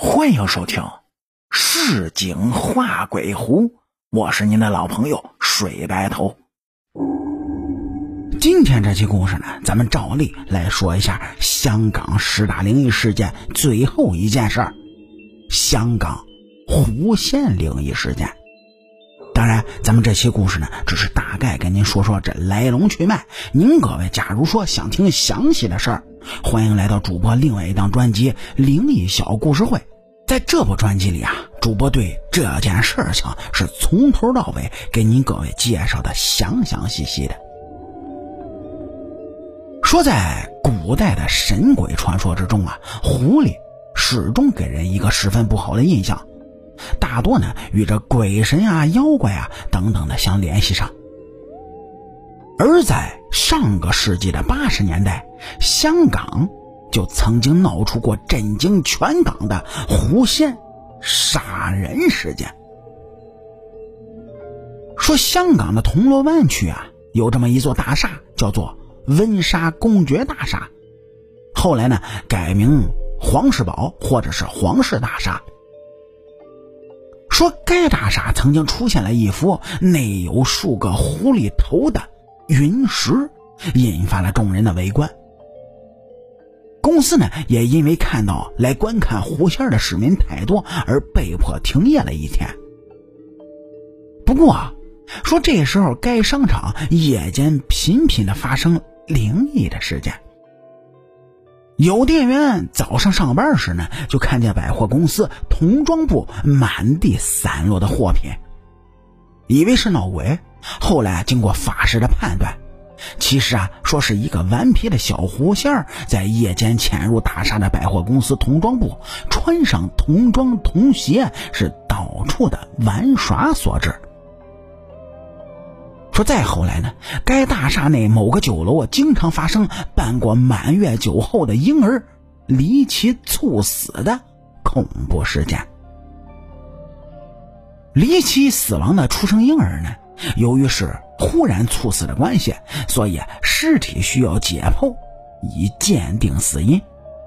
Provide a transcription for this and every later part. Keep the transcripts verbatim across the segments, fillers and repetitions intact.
欢迎收听市井画鬼狐，我是您的老朋友水白头。今天这期故事呢，咱们照例来说一下香港十大灵异事件最后一件事儿——香港狐仙灵异事件。当然咱们这期故事呢，只是大概跟您说说这来龙去脉。您各位假如说想听详细的事儿，欢迎来到主播另外一档专辑《灵异小故事会》。在这部专辑里啊，主播对这件事情是从头到尾给您各位介绍的详详细细的。说在古代的神鬼传说之中啊，狐狸始终给人一个十分不好的印象，大多呢与这鬼神啊、妖怪啊等等的相联系上。而在上个世纪的八十年代，香港就曾经闹出过震惊全港的狐仙杀人事件。说香港的铜锣湾区啊，有这么一座大厦叫做温莎公爵大厦，后来呢改名黄氏堡或者是黄氏大厦。说该大厦曾经出现了一幅内有数个狐狸头的云石，引发了众人的围观。公司呢也因为看到来观看狐仙的市民太多而被迫停业了一天。不过啊，说这时候该商场夜间频频的发生灵异的事件。有店员早上上班时呢，就看见百货公司童装部满地散落的货品，以为是闹鬼。后来经过法师的判断，其实啊，说是一个顽皮的小狐仙在夜间潜入大厦的百货公司童装部，穿上童装童鞋，是到处的玩耍所致。说再后来呢，该大厦内某个酒楼啊，经常发生办过满月酒后的婴儿离奇猝死的恐怖事件。离奇死亡的出生婴儿呢，由于是忽然猝死的关系，所以尸体需要解剖以鉴定死因。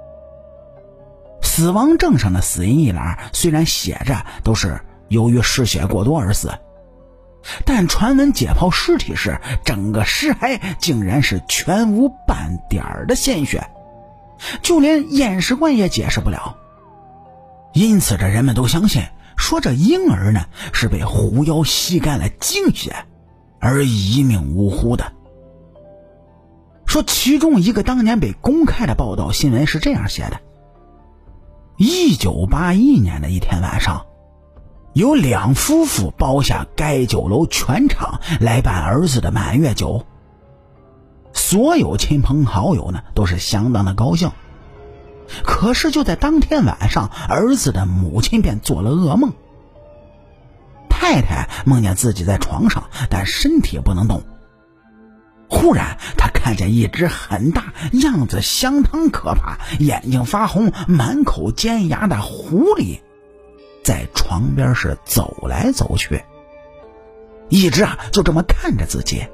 死亡证上的死因一栏虽然写着都是由于失血过多而死，但传闻解剖尸体时，整个尸骸竟然是全无半点儿的鲜血，就连验尸官也解释不了。因此这人们都相信，说这婴儿呢是被狐妖吸干了精血而一命呜呼的。说其中一个当年被公开的报道新闻是这样写的：一九八一年的一天晚上，有两夫妇包下该酒楼全场来办儿子的满月酒，所有亲朋好友呢都是相当的高兴。可是就在当天晚上，儿子的母亲便做了噩梦。太太梦见自己在床上，但身体不能动。忽然她看见一只很大、样子相当可怕、眼睛发红、满口尖牙的狐狸在床边是走来走去，一直啊就这么看着自己。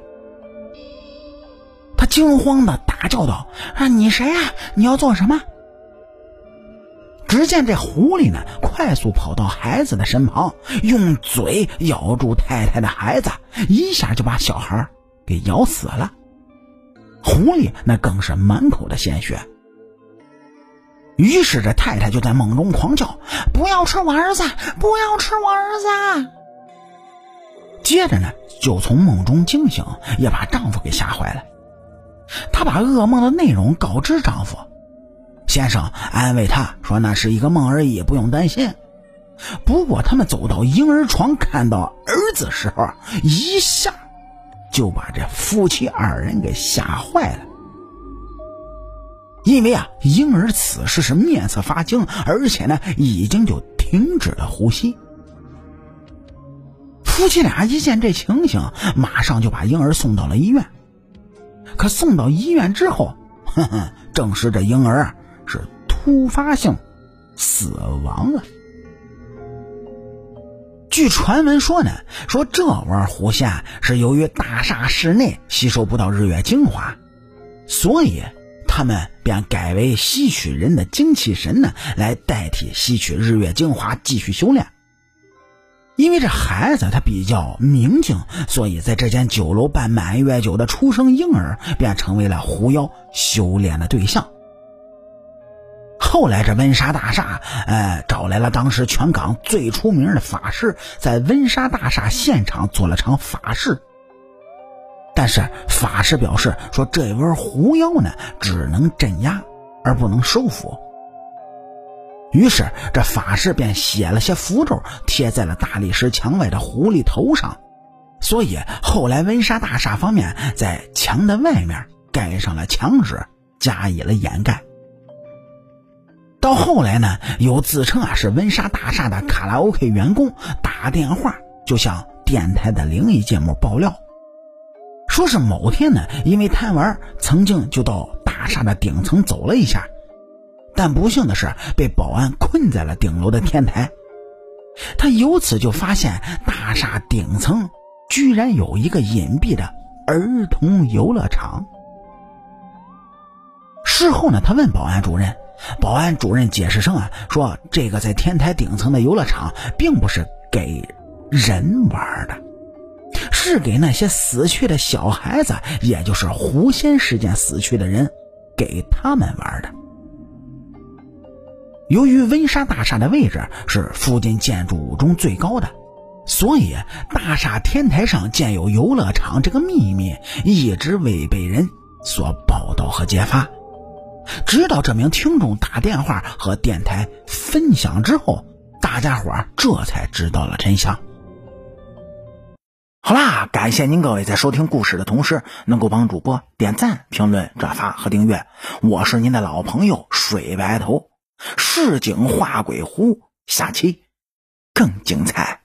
他惊慌的大叫道：啊，你谁啊？你要做什么？只见这狐狸呢快速跑到孩子的身旁，用嘴咬住太太的孩子，一下就把小孩给咬死了。狐狸那更是满口的鲜血。于是这太太就在梦中狂叫：不要吃我儿子，不要吃我儿子。接着呢就从梦中惊醒，也把丈夫给吓坏了。她把噩梦的内容告知丈夫，先生安慰她说那是一个梦而已，不用担心。不过他们走到婴儿床看到儿子时候，一下就把这夫妻二人给吓坏了。因为啊，婴儿此时是面色发青，而且呢已经就停止了呼吸。夫妻俩一见这情形，马上就把婴儿送到了医院。可送到医院之后，呵呵，证实这婴儿啊是突发性死亡了。据传闻说呢，说这玩狐仙是由于大厦室内吸收不到日月精华，所以他们便改为吸取人的精气神呢，来代替吸取日月精华继续修炼。因为这孩子他比较明净，所以在这间酒楼办满月酒的出生婴儿便成为了狐妖修炼的对象。后来这温莎大厦呃，找来了当时全港最出名的法师，在温莎大厦现场做了场法事。但是法师表示说，这位狐妖呢只能镇压而不能收服。于是这法师便写了些符咒贴在了大理石墙外的狐狸头上，所以后来温莎大厦方面在墙的外面盖上了墙纸，加以了掩盖。到后来呢，有自称啊是温莎大厦的卡拉 OK 员工打电话就向电台的灵异节目爆料，说是某天呢，因为贪玩曾经就到大厦的顶层走了一下，但不幸的是被保安困在了顶楼的天台。他由此就发现大厦顶层居然有一个隐蔽的儿童游乐场。事后呢，他问保安主任，保安主任解释称啊，说这个在天台顶层的游乐场并不是给人玩的，是给那些死去的小孩子，也就是狐仙事件死去的人，给他们玩的。由于温莎大厦的位置是附近建筑物中最高的，所以大厦天台上建有游乐场这个秘密一直未被人所报道和揭发。直到这名听众打电话和电台分享之后，大家伙这才知道了真相。好啦，感谢您各位在收听故事的同时能够帮主播点赞、评论、转发和订阅。我是您的老朋友水白头，市井画鬼狐，下期更精彩。